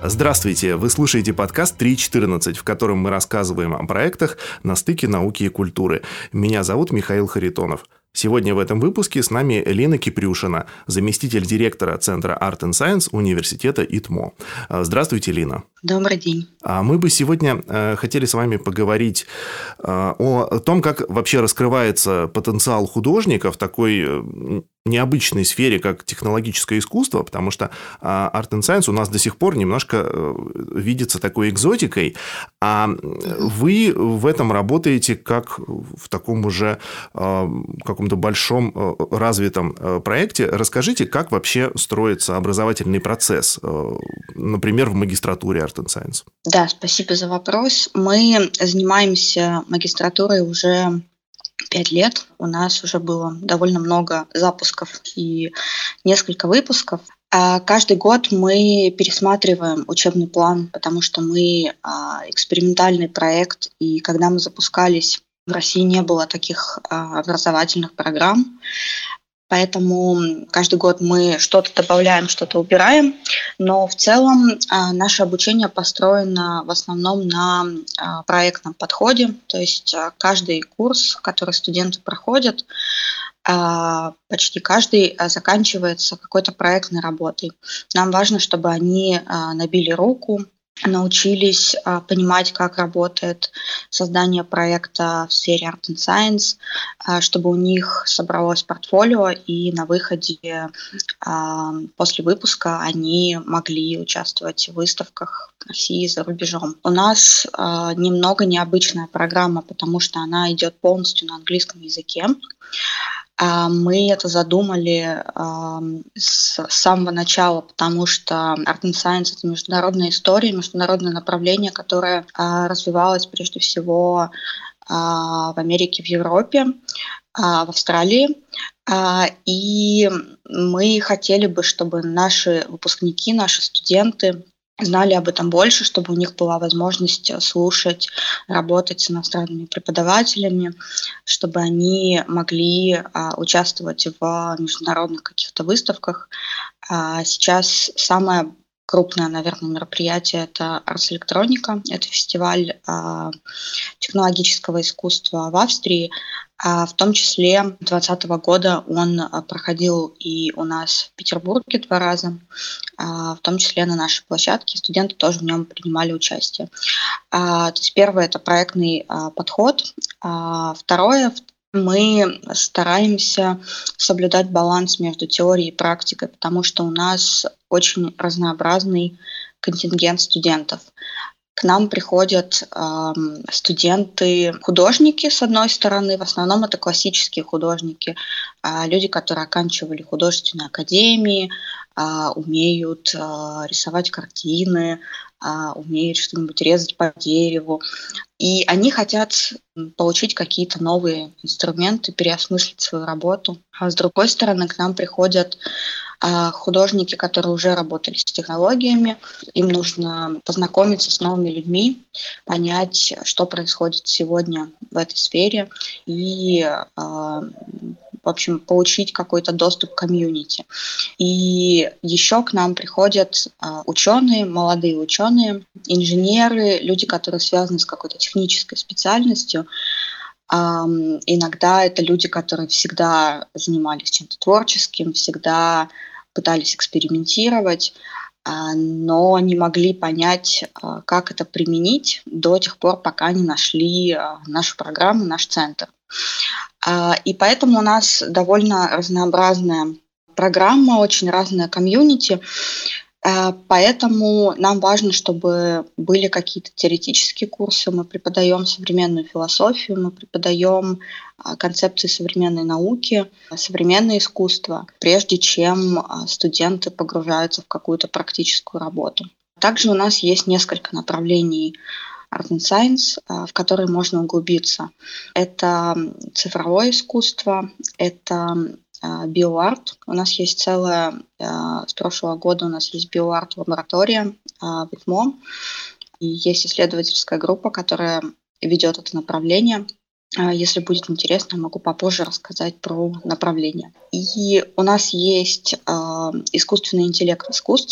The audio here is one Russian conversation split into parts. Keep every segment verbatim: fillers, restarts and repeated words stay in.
Здравствуйте! Вы слушаете подкаст три четырнадцать, в котором мы рассказываем о проектах на стыке науки и культуры. Меня зовут Михаил Харитонов. Сегодня в этом выпуске с нами Лина Кипрюшина, заместитель директора Центра Art and Science университета ИТМО. Здравствуйте, Лина. Добрый день. Мы бы сегодня хотели с вами поговорить о том, как вообще раскрывается потенциал художника в такой необычной сфере, как технологическое искусство, потому что Art and Science у нас до сих пор немножко видится такой экзотикой, а вы в этом работаете как в таком уже каком-то большом развитом проекте. Расскажите, как вообще строится образовательный процесс, например, в магистратуре Art and Science? Да, спасибо за вопрос. Мы занимаемся магистратурой уже пять лет. У нас уже было довольно много запусков и несколько выпусков. А каждый год мы пересматриваем учебный план, потому что мы а, экспериментальный проект, и когда мы запускались, в России не было таких а, образовательных программ. Поэтому каждый год мы что-то добавляем, что-то убираем. Но в целом а, наше обучение построено в основном на а, проектном подходе. То есть а, каждый курс, который студенты проходят, а, почти каждый а, заканчивается какой-то проектной работой. Нам важно, чтобы они а, набили руку, научились а, понимать, как работает создание проекта в сфере Art and Science, а, чтобы у них собралось портфолио, и на выходе а, после выпуска они могли участвовать в выставках в России и за рубежом. У нас а, немного необычная программа, потому что она идет полностью на английском языке. Мы это задумали с самого начала, потому что Art and Science — это международная история, международное направление, которое развивалось прежде всего в Америке, в Европе, в Австралии. И мы хотели бы, чтобы наши выпускники, наши студенты знали об этом больше, чтобы у них была возможность слушать, работать с иностранными преподавателями, чтобы они могли а, участвовать в международных каких-то выставках. А, сейчас самое крупное, наверное, мероприятие — это Ars Electronica. Это фестиваль а, технологического искусства в Австрии. А в том числе две тысячи двадцатого года он проходил и у нас в Петербурге два раза, в том числе на нашей площадке. Студенты тоже в нем принимали участие. То есть первое — это проектный подход. Второе — мы стараемся соблюдать баланс между теорией и практикой, потому что у нас очень разнообразный контингент студентов. К нам приходят э, студенты-художники, с одной стороны, в основном это классические художники, э, люди, которые оканчивали художественные академии, э, умеют э, рисовать картины, э, умеют что-нибудь резать по дереву. И они хотят получить какие-то новые инструменты, переосмыслить свою работу. А с другой стороны, к нам приходят художники, которые уже работали с технологиями. Им нужно познакомиться с новыми людьми, понять, что происходит сегодня в этой сфере, и, в общем, получить какой-то доступ к комьюнити. И еще к нам приходят ученые, молодые ученые, инженеры, люди, которые связаны с какой-то технической специальностью. Иногда это люди, которые всегда занимались чем-то творческим, всегда пытались экспериментировать, но не могли понять, как это применить до тех пор, пока не нашли нашу программу, наш центр. И поэтому у нас довольно разнообразная программа, очень разная комьюнити. Поэтому нам важно, чтобы были какие-то теоретические курсы. Мы преподаем современную философию, мы преподаем концепции современной науки, современное искусство, прежде чем студенты погружаются в какую-то практическую работу. Также у нас есть несколько направлений Art and Science, в которые можно углубиться. Это цифровое искусство, это биоарт. У нас есть целая, с прошлого года у нас есть биоарт-лаборатория в ИТМО. И есть исследовательская группа, которая ведет это направление. Если будет интересно, могу попозже рассказать про направление. И у нас есть искусственный интеллект в искусстве.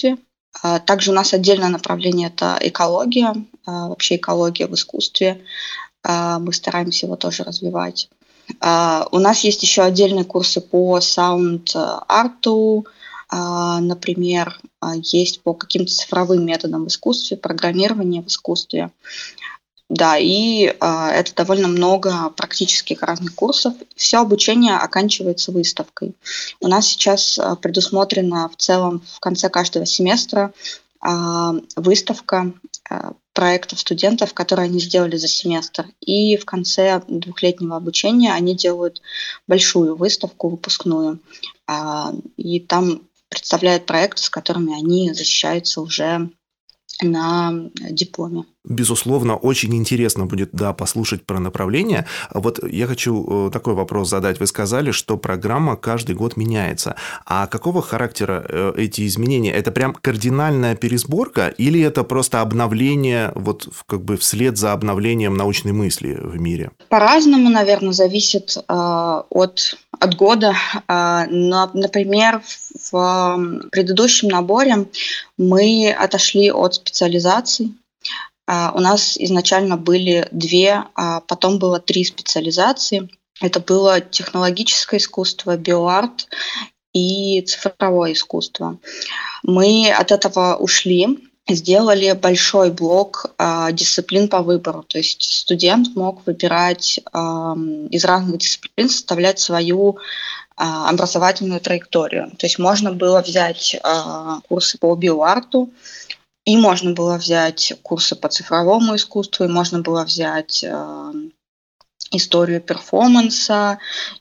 Также у нас отдельное направление – это экология, вообще экология в искусстве. Мы стараемся его тоже развивать. У нас есть еще отдельные курсы по саунд-арту, например, есть по каким-то цифровым методам в искусстве, программирование в искусстве. Да, и э, это довольно много практических разных курсов. Все обучение оканчивается выставкой. У нас сейчас предусмотрена в целом в конце каждого семестра э, выставка э, проектов студентов, которые они сделали за семестр. И в конце двухлетнего обучения они делают большую выставку выпускную. Э, и там представляют проекты, с которыми они защищаются уже на дипломе. Безусловно, очень интересно будет, да, послушать про направление. Вот я хочу такой вопрос задать. Вы сказали, что программа каждый год меняется. А какого характера эти изменения? Это прям кардинальная пересборка или это просто обновление, вот как бы вслед за обновлением научной мысли в мире? По-разному, наверное, зависит э, от, от года. Э, но, например, в предыдущем наборе мы отошли от специализаций. Uh, у нас изначально были две, а потом было три специализации. Это было технологическое искусство, биоарт и цифровое искусство. Мы от этого ушли, сделали большой блок uh, дисциплин по выбору. То есть студент мог выбирать uh, из разных дисциплин, составлять свою uh, образовательную траекторию. То есть можно было взять uh, курсы по биоарту, и можно было взять курсы по цифровому искусству, и можно было взять э, историю перформанса,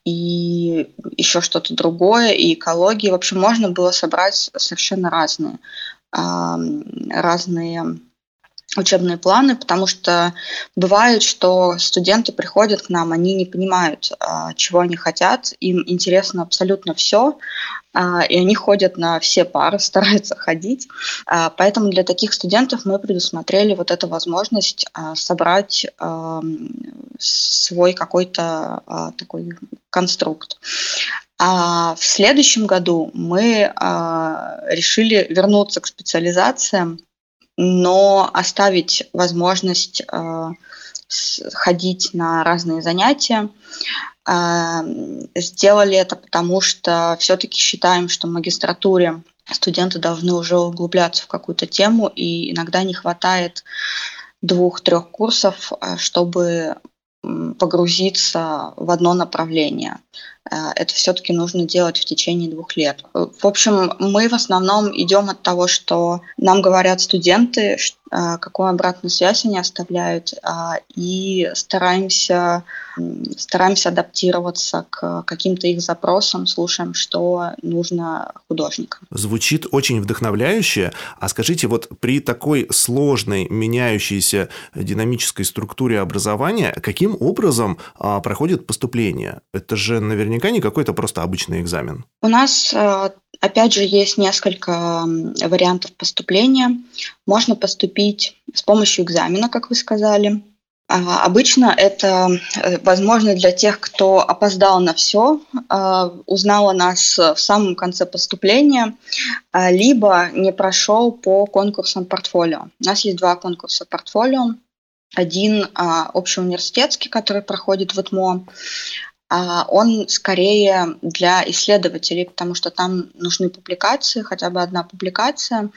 и еще что-то другое, и экологию. В общем, можно было собрать совершенно разные, э, разные учебные планы, потому что бывает, что студенты приходят к нам, они не понимают, э, чего они хотят, им интересно абсолютно все, и они ходят на все пары, стараются ходить. Поэтому для таких студентов мы предусмотрели вот эту возможность собрать свой какой-то такой конструкт. А в следующем году мы решили вернуться к специализациям, но оставить возможность ходить на разные занятия. Сделали это потому, что все-таки считаем, что в магистратуре студенты должны уже углубляться в какую-то тему, и иногда не хватает двух-трех курсов, чтобы погрузиться в одно направление. Это все-таки нужно делать в течение двух лет. В общем, мы в основном идем от того, что нам говорят студенты, какую обратную связь они оставляют, и стараемся, стараемся адаптироваться к каким-то их запросам, слушаем, что нужно художникам. Звучит очень вдохновляюще. А скажите, вот при такой сложной, меняющейся динамической структуре образования, каким образом проходит поступление? Это же наверняка не какой-то просто обычный экзамен. У нас, опять же, есть несколько вариантов поступления. Можно поступить с помощью экзамена, как вы сказали. Обычно это возможно для тех, кто опоздал на все, узнал о нас в самом конце поступления, либо не прошел по конкурсам портфолио. У нас есть два конкурса портфолио. Один общеуниверситетский, который проходит в ИТМО. Он скорее для исследователей, потому что там нужны публикации, хотя бы одна публикация.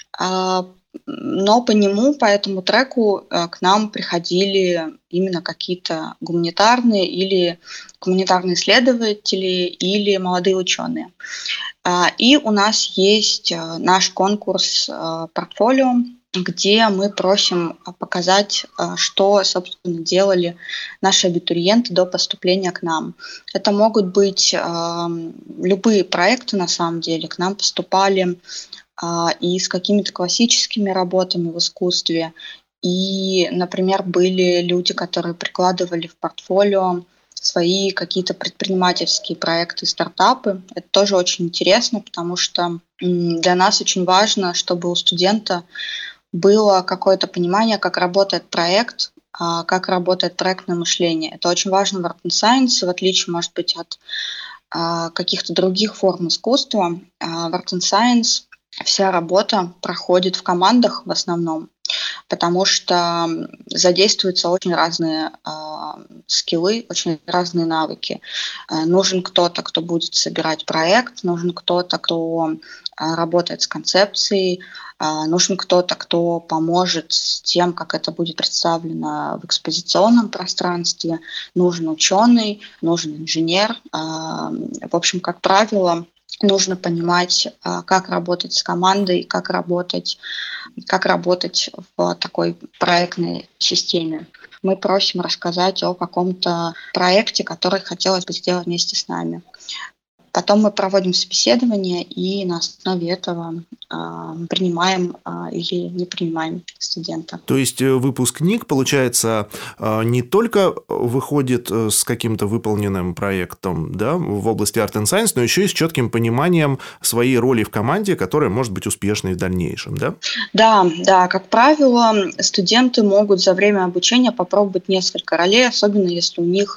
Но по нему, по этому треку к нам приходили именно какие-то гуманитарные или гуманитарные исследователи или молодые ученые. И у нас есть наш конкурс портфолио, где мы просим показать, что, собственно, делали наши абитуриенты до поступления к нам. Это могут быть любые проекты, на самом деле. К нам поступали и с какими-то классическими работами в искусстве. И, например, были люди, которые прикладывали в портфолио свои какие-то предпринимательские проекты, стартапы. Это тоже очень интересно, потому что для нас очень важно, чтобы у студента было какое-то понимание, как работает проект, как работает проектное мышление. Это очень важно в Art and Science, в отличие, может быть, от каких-то других форм искусства. В Art and Science вся работа проходит в командах в основном, потому что задействуются очень разные э, скиллы, очень разные навыки. Э, нужен кто-то, кто будет собирать проект, нужен кто-то, кто э, работает с концепцией, э, нужен кто-то, кто поможет с тем, как это будет представлено в экспозиционном пространстве, нужен ученый, нужен инженер. Э, в общем, как правило, нужно понимать, как работать с командой, как работать, как работать в такой проектной системе. Мы просим рассказать о каком-то проекте, который хотелось бы сделать вместе с нами. Потом мы проводим собеседование и на основе этого э, принимаем э, или не принимаем студента. То есть выпускник, получается, не только выходит с каким-то выполненным проектом, да, в области Art and Science, но еще и с четким пониманием своей роли в команде, которая может быть успешной в дальнейшем, да? Да, да, как правило, студенты могут за время обучения попробовать несколько ролей, особенно если у них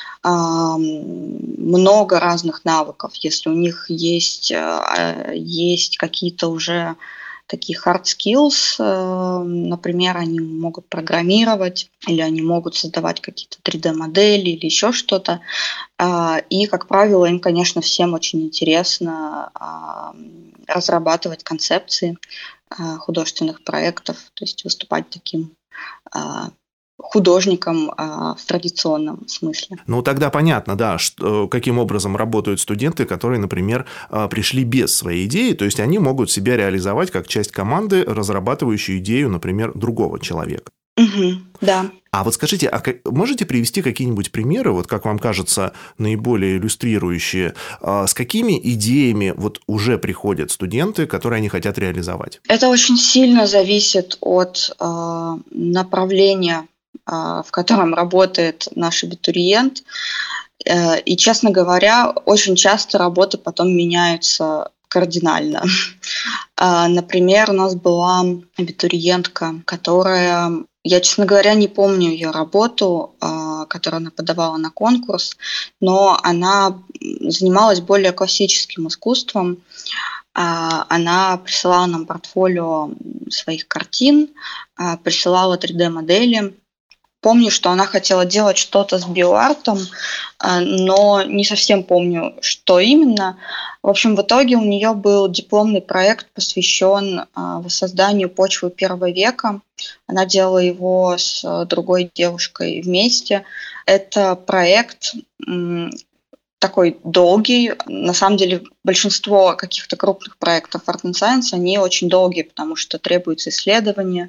много разных навыков, если у них есть, есть какие-то уже такие hard skills, например, они могут программировать, или они могут создавать какие-то три дэ-модели или еще что-то. И, как правило, им, конечно, всем очень интересно разрабатывать концепции художественных проектов, то есть выступать таким художником а, в традиционном смысле. Ну, тогда понятно, да, что, каким образом работают студенты, которые, например, пришли без своей идеи, то есть они могут себя реализовать как часть команды, разрабатывающей идею, например, другого человека. Угу, да. А вот скажите, а можете привести какие-нибудь примеры, вот как вам кажется, наиболее иллюстрирующие, с какими идеями вот уже приходят студенты, которые они хотят реализовать? Это очень сильно зависит от э, направления, в котором работает наш абитуриент. И, честно говоря, очень часто работы потом меняются кардинально. Например, у нас была абитуриентка, которая, я, честно говоря, не помню ее работу, которую она подавала на конкурс, но она занималась более классическим искусством. Она присылала нам портфолио своих картин, присылала три дэ-модели. Помню, что она хотела делать что-то с биоартом, но не совсем помню, что именно. В общем, в итоге у нее был дипломный проект, посвящен воссозданию почвы первого века. Она делала его с другой девушкой вместе. Это проект такой долгий. На самом деле, большинство каких-то крупных проектов Art and Science, они очень долгие, потому что требуется исследование.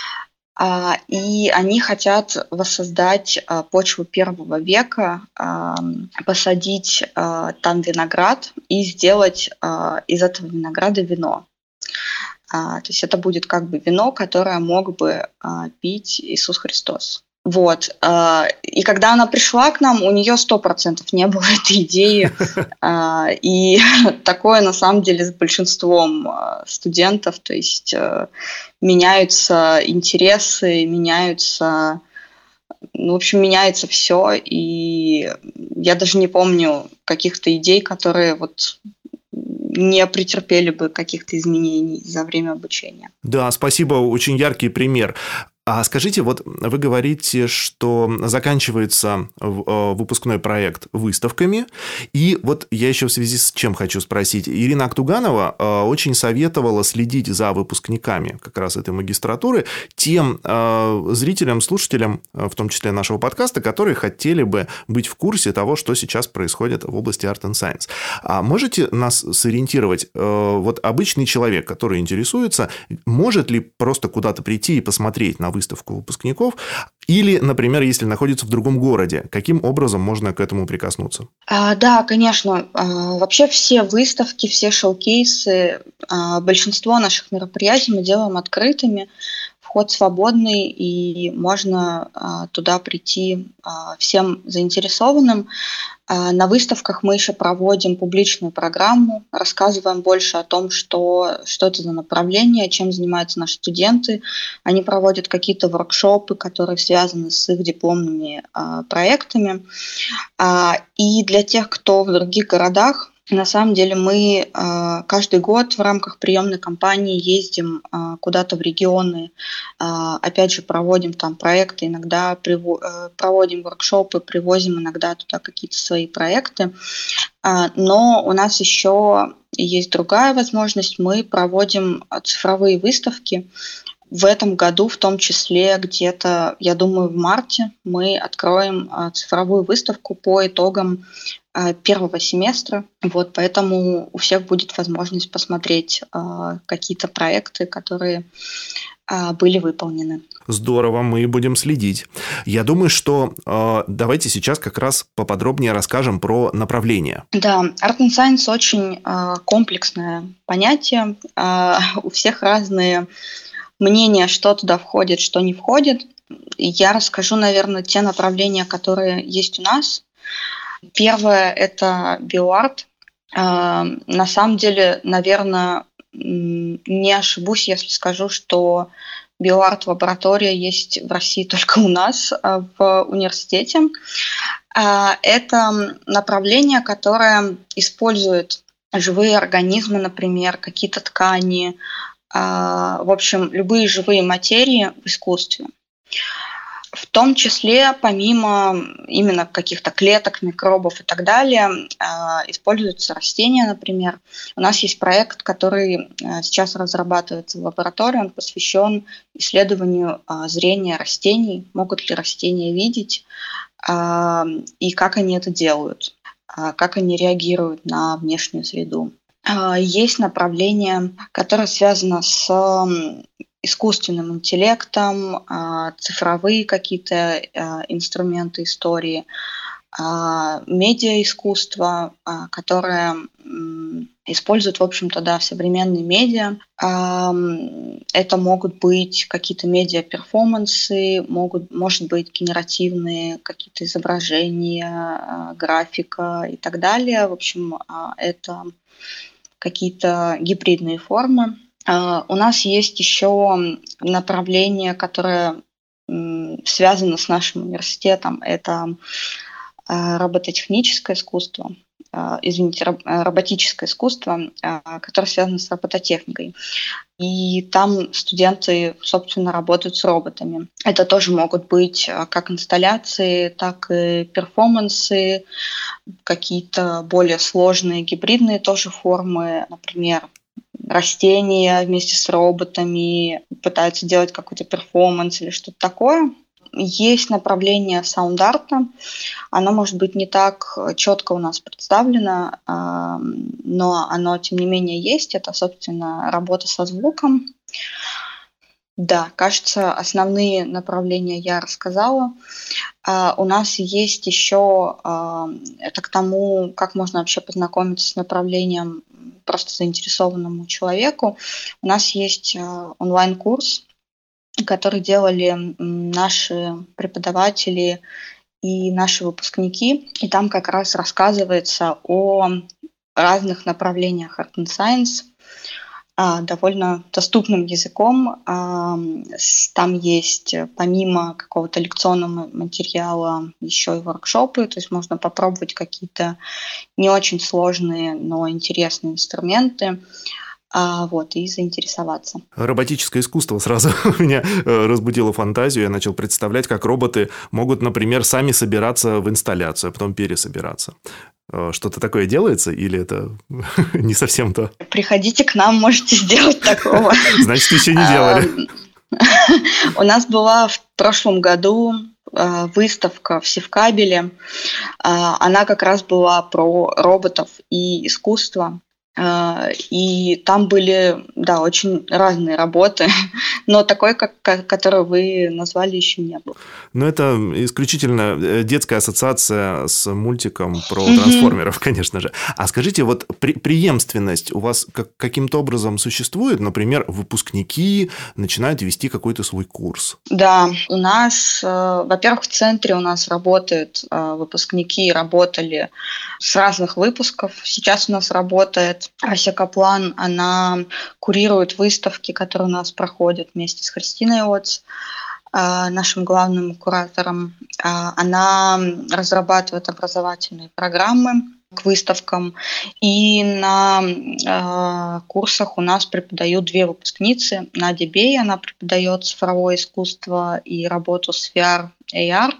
И они хотят воссоздать почву первого века, посадить там виноград и сделать из этого винограда вино. То есть это будет как бы вино, которое мог бы пить Иисус Христос. Вот. И когда она пришла к нам, у нее сто процентов не было этой идеи. И такое, на самом деле, с большинством студентов. То есть меняются интересы, меняются... Ну, в общем, меняется все. И я даже не помню каких-то идей, которые вот не претерпели бы каких-то изменений за время обучения. Да, спасибо, очень яркий пример. А скажите, вот вы говорите, что заканчивается выпускной проект выставками, и вот я еще в связи с чем хочу спросить. Ирина Актуганова очень советовала следить за выпускниками как раз этой магистратуры, тем зрителям, слушателям, в том числе нашего подкаста, которые хотели бы быть в курсе того, что сейчас происходит в области Art and Science. А можете нас сориентировать? Вот обычный человек, который интересуется, может ли просто куда-то прийти и посмотреть на выставку выпускников, или, например, если находится в другом городе, каким образом можно к этому прикоснуться? А, да, конечно. А, вообще все выставки, все шоу-кейсы, а, большинство наших мероприятий мы делаем открытыми, вход свободный, и можно а, туда прийти а, всем заинтересованным. А, на выставках мы еще проводим публичную программу, рассказываем больше о том, что, что это за направление, чем занимаются наши студенты. Они проводят какие-то воркшопы, которые связаны с их дипломными а, проектами. А, и для тех, кто в других городах, На самом деле мы э, каждый год в рамках приемной кампании ездим э, куда-то в регионы, э, опять же проводим там проекты, иногда приво- э, проводим воркшопы, привозим иногда туда какие-то свои проекты. Э, но у нас еще есть другая возможность, мы проводим цифровые выставки. В этом году, в том числе где-то, я думаю, в марте мы откроем э, цифровую выставку по итогам э, первого семестра. Вот, поэтому у всех будет возможность посмотреть э, какие-то проекты, которые э, были выполнены. Здорово, мы будем следить. Я думаю, что э, давайте сейчас как раз поподробнее расскажем про направление. Да, Art and Science очень э, комплексное понятие. Э, у всех разные мнения, что туда входит, что не входит. Я расскажу, наверное, те направления, которые есть у нас. Первое – это биоарт. Э, на самом деле, наверное, не ошибусь, если скажу, что биоарт-лаборатория есть в России только у нас в университете. Это направление, которое использует живые организмы, например, какие-то ткани, в общем, любые живые материи в искусстве. В том числе, помимо именно каких-то клеток, микробов и так далее, используются растения, например. У нас есть проект, который сейчас разрабатывается в лаборатории, он посвящен исследованию зрения растений, могут ли растения видеть и как они это делают, как они реагируют на внешнюю среду. Есть направление, которое связано с искусственным интеллектом, цифровые какие-то инструменты истории, медиаискусство, которое использует, в общем-то, да, современные медиа. Это могут быть какие-то медиа-перформансы, могут, может быть, генеративные какие-то изображения, графика и так далее. В общем, это какие-то гибридные формы. У нас есть еще направление, которое связано с нашим университетом. Это робототехническое искусство, извините, роботическое искусство, которое связано с робототехникой. И там студенты, собственно, работают с роботами. Это тоже могут быть как инсталляции, так и перформансы, какие-то более сложные гибридные тоже формы, например, растения вместе с роботами пытаются делать какой-то перформанс или что-то такое. Есть направление саунд-арта. Оно может быть не так четко у нас представлено, но оно, тем не менее, есть. Это, собственно, работа со звуком. Да, кажется, основные направления я рассказала. У нас есть еще, это к тому, как можно вообще познакомиться с направлением просто заинтересованному человеку. У нас есть онлайн-курс, который делали наши преподаватели и наши выпускники. И там как раз рассказывается о разных направлениях Art and Science довольно доступным языком. Там есть помимо какого-то лекционного материала еще и воркшопы, то есть можно попробовать какие-то не очень сложные, но интересные инструменты. А, вот, и заинтересоваться. Роботическое искусство сразу у меня разбудило фантазию. Я начал представлять, как роботы могут, например, сами собираться в инсталляцию, а потом пересобираться. Что-то такое делается или это не совсем то? Приходите к нам, можете сделать такого. Значит, еще не делали. У нас была в прошлом году выставка в Севкабеле. Она как раз была про роботов и искусство. И там были, да, очень разные работы, но такой, как, которую вы назвали, еще не было. Ну, это исключительно детская ассоциация с мультиком про трансформеров, конечно же. А скажите, вот при, преемственность у вас как, каким-то образом существует? Например, выпускники начинают вести какой-то свой курс. Да, у нас, во-первых, в центре у нас работают выпускники, работали с разных выпусков. Сейчас у нас работает Ася Каплан, она курирует выставки, которые у нас проходят вместе с Христиной Оц, нашим главным куратором. Она разрабатывает образовательные программы. к выставкам. И на э, курсах у нас преподают две выпускницы. Надя Бей, она преподает цифровое искусство и работу с ви ар, эй ар.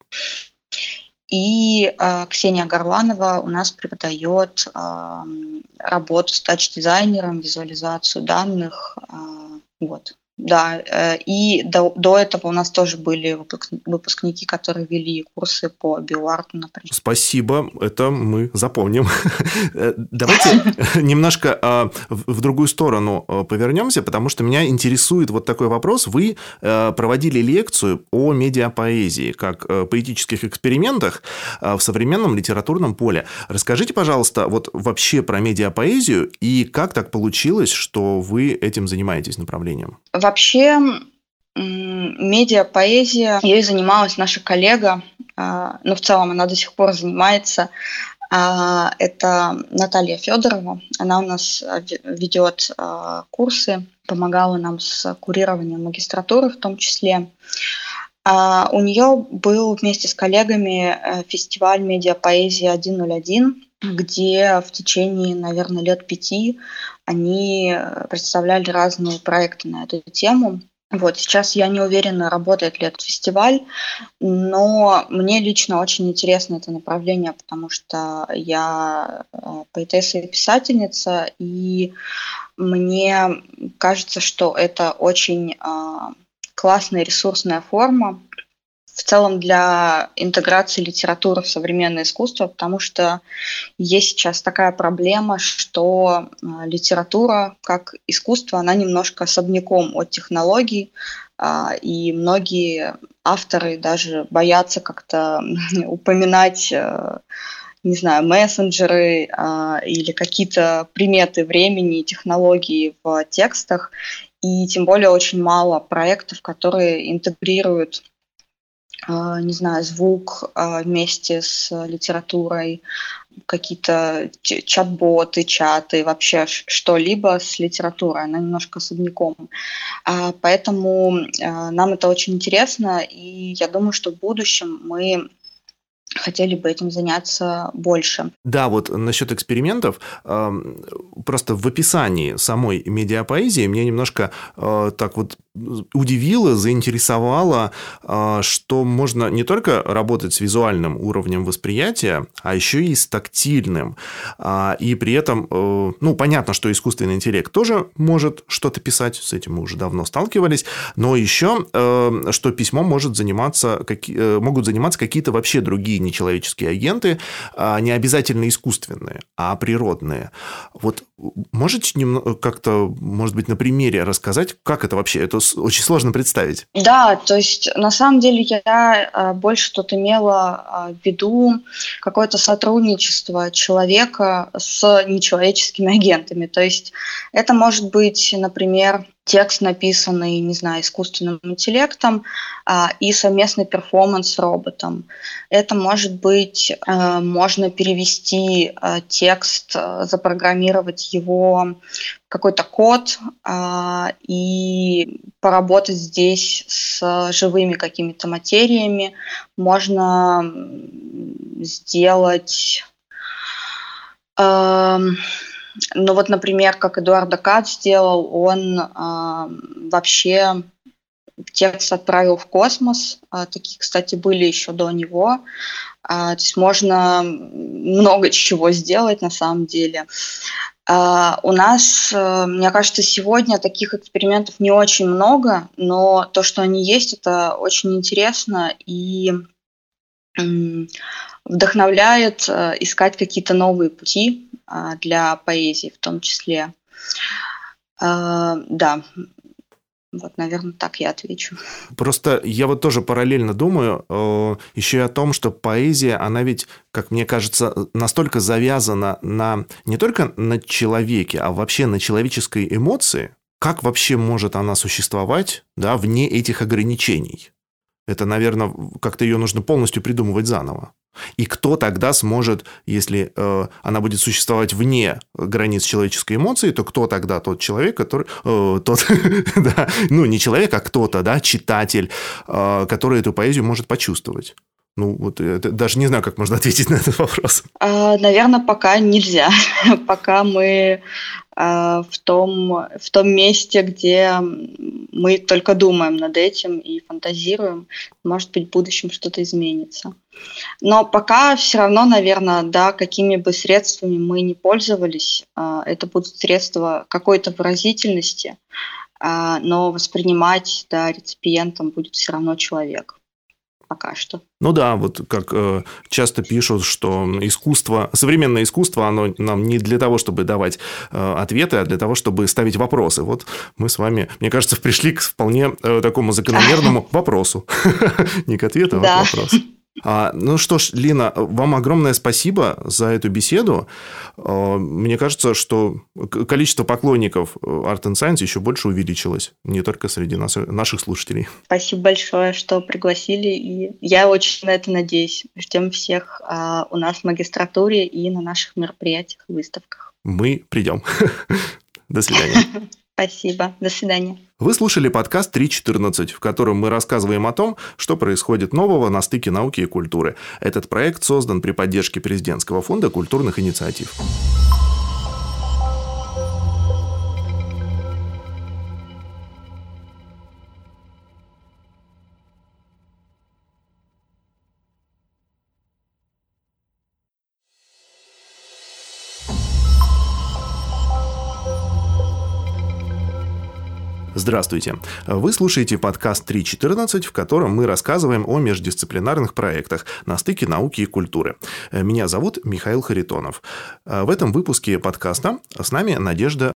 И э, Ксения Горланова у нас преподает э, работу с тач-дизайнером, визуализацию данных. Э, вот. Да, э, и до, до этого у нас тоже были выпускники, которые вели курсы по биоарту, например. Спасибо, это мы запомним. Давайте немножко в другую сторону повернемся, потому что меня интересует вот такой вопрос. Вы проводили лекцию о медиапоэзии, как поэтических экспериментах в современном литературном поле. Расскажите, пожалуйста, вот вообще про медиапоэзию и как так получилось, что вы этим занимаетесь направлением? Вообще, медиапоэзия, ею занималась наша коллега, но в целом она до сих пор занимается. Это Наталья Федорова. Она у нас ведет курсы, помогала нам с курированием магистратуры в том числе. У нее был вместе с коллегами фестиваль медиапоэзии один ноль один, где в течение, наверное, лет пяти они представляли разные проекты на эту тему. Вот, сейчас я не уверена, работает ли этот фестиваль, но мне лично очень интересно это направление, потому что я поэтесса и писательница, и мне кажется, что это очень классная ресурсная форма в целом для интеграции литературы в современное искусство, потому что есть сейчас такая проблема, что литература как искусство, она немножко особняком от технологий, и многие авторы даже боятся как-то упоминать, не знаю, мессенджеры или какие-то приметы времени и технологий в текстах, и тем более очень мало проектов, которые интегрируют, не знаю, звук вместе с литературой, какие-то чат-боты, чаты, вообще что-либо с литературой, она немножко особняком. Поэтому нам это очень интересно, и я думаю, что в будущем мы хотели бы этим заняться больше. Да, вот насчет экспериментов, просто в описании самой медиапоэзии меня немножко так вот удивило, заинтересовало, что можно не только работать с визуальным уровнем восприятия, а еще и с тактильным. И при этом, ну, понятно, что искусственный интеллект тоже может что-то писать, с этим мы уже давно сталкивались, но еще, что письмом может заниматься, могут заниматься какие-то вообще другие нечеловеческие агенты, не обязательно искусственные, а природные. Вот можете немного как-то, может быть, на примере рассказать, как это вообще? Это очень сложно представить. Да, то есть на самом деле я больше тут имела в виду какое-то сотрудничество человека с нечеловеческими агентами. То есть это может быть, например, текст, написанный, не знаю, искусственным интеллектом, а, и совместный перформанс с роботом. Это может быть, а, можно перевести а, текст, а, запрограммировать его в какой-то код а, и поработать здесь с живыми какими-то материями. Можно сделать... А, Ну вот, например, как Эдуард Кац сделал, он э, вообще текст отправил в космос. Э, такие, кстати, были еще до него. Э, то есть можно много чего сделать на самом деле. Э, у нас, э, мне кажется, сегодня таких экспериментов не очень много, но то, что они есть, это очень интересно и э, вдохновляет э, искать какие-то новые пути для поэзии в том числе. Да, вот, наверное, так я отвечу. Просто я вот тоже параллельно думаю еще и о том, что поэзия, она ведь, как мне кажется, настолько завязана на не только на человеке, а вообще на человеческой эмоции. Как вообще может она существовать, да, вне этих ограничений? Это, наверное, как-то ее нужно полностью придумывать заново. И кто тогда сможет, если э, она будет существовать вне границ человеческой эмоции, то кто тогда тот человек, который... Э, тот, да, ну, не человек, а кто-то, да, читатель, э, который эту поэзию может почувствовать? Ну, вот это, даже не знаю, как можно ответить на этот вопрос. Наверное, пока нельзя. Пока мы в том, в том месте, где мы только думаем над этим и фантазируем. Может быть, в будущем что-то изменится. Но пока все равно, наверное, да, какими бы средствами мы ни пользовались, это будут средства какой-то выразительности, но воспринимать, да, реципиентом будет все равно человек. Пока что. Ну да, вот как э, часто пишут, что искусство, современное искусство, оно нам не для того, чтобы давать э, ответы, а для того, чтобы ставить вопросы. Вот мы с вами, мне кажется, пришли к вполне э, такому закономерному вопросу. Не к ответу, а к вопросу. А, ну что ж, Лина, вам огромное спасибо за эту беседу. Мне кажется, что количество поклонников Art and Science еще больше увеличилось, не только среди нас, наших слушателей. Спасибо большое, что пригласили, и я очень на это надеюсь. Ждем всех а, у нас в магистратуре и на наших мероприятиях и выставках. Мы придем. До свидания. Спасибо. До свидания. Вы слушали подкаст три четырнадцать, в котором мы рассказываем о том, что происходит нового на стыке науки и культуры. Этот проект создан при поддержке Президентского фонда культурных инициатив. Здравствуйте. Вы слушаете подкаст три четырнадцать, в котором мы рассказываем о междисциплинарных проектах на стыке науки и культуры. Меня зовут Михаил Харитонов. В этом выпуске подкаста с нами Надежда